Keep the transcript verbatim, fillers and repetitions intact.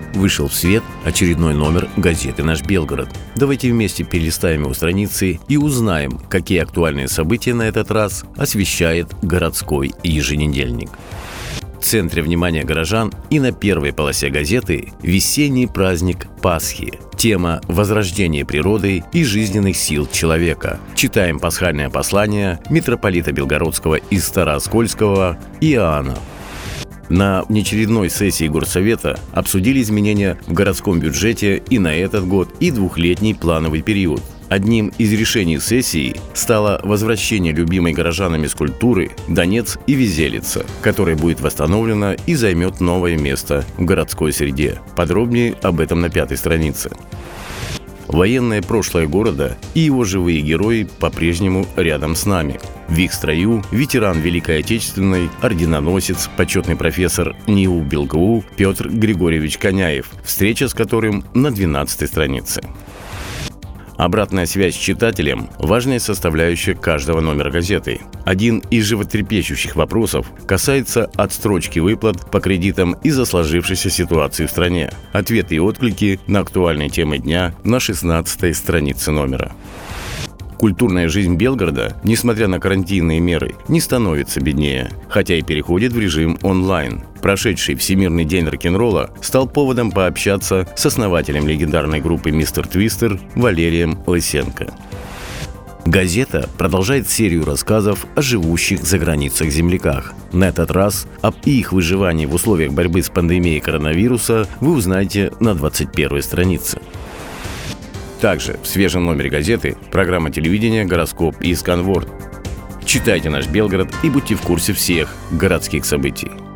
вышел в свет очередной номер газеты «Наш Белгород». Давайте вместе перелистаем его страницы и узнаем, какие актуальные события на этот раз освещает городской еженедельник. В центре внимания горожан и на первой полосе газеты весенний праздник Пасхи. Тема возрождения природы и жизненных сил человека. Читаем пасхальное послание митрополита Белгородского и Старооскольского Иоанна. На внеочередной сессии Горсовета обсудили изменения в городском бюджете и на этот год, и двухлетний плановый период. Одним из решений сессии стало возвращение любимой горожанами скульптуры «Донец и Визелица», которая будет восстановлена и займет новое место в городской среде. Подробнее об этом на пятой странице. Военное прошлое города и его живые герои по-прежнему рядом с нами. В их строю ветеран Великой Отечественной, орденоносец, почетный профессор НИУ БелГУ Петр Григорьевич Коняев, встреча с которым на двенадцатой странице. Обратная связь с читателем – важная составляющая каждого номера газеты. Один из животрепещущих вопросов касается отстрочки выплат по кредитам из-за сложившейся ситуации в стране. Ответы и отклики на актуальные темы дня на шестнадцатой странице номера. Культурная жизнь Белгорода, несмотря на карантинные меры, не становится беднее, хотя и переходит в режим онлайн. Прошедший Всемирный день рок-н-ролла стал поводом пообщаться с основателем легендарной группы «Мистер Твистер» Валерием Лысенко. Газета продолжает серию рассказов о живущих за границах земляках. На этот раз об их выживании в условиях борьбы с пандемией коронавируса вы узнаете на двадцать первой странице. Также в свежем номере газеты программа телевидения «Гороскоп» и «Сканворд». Читайте «Наш Белгород» и будьте в курсе всех городских событий.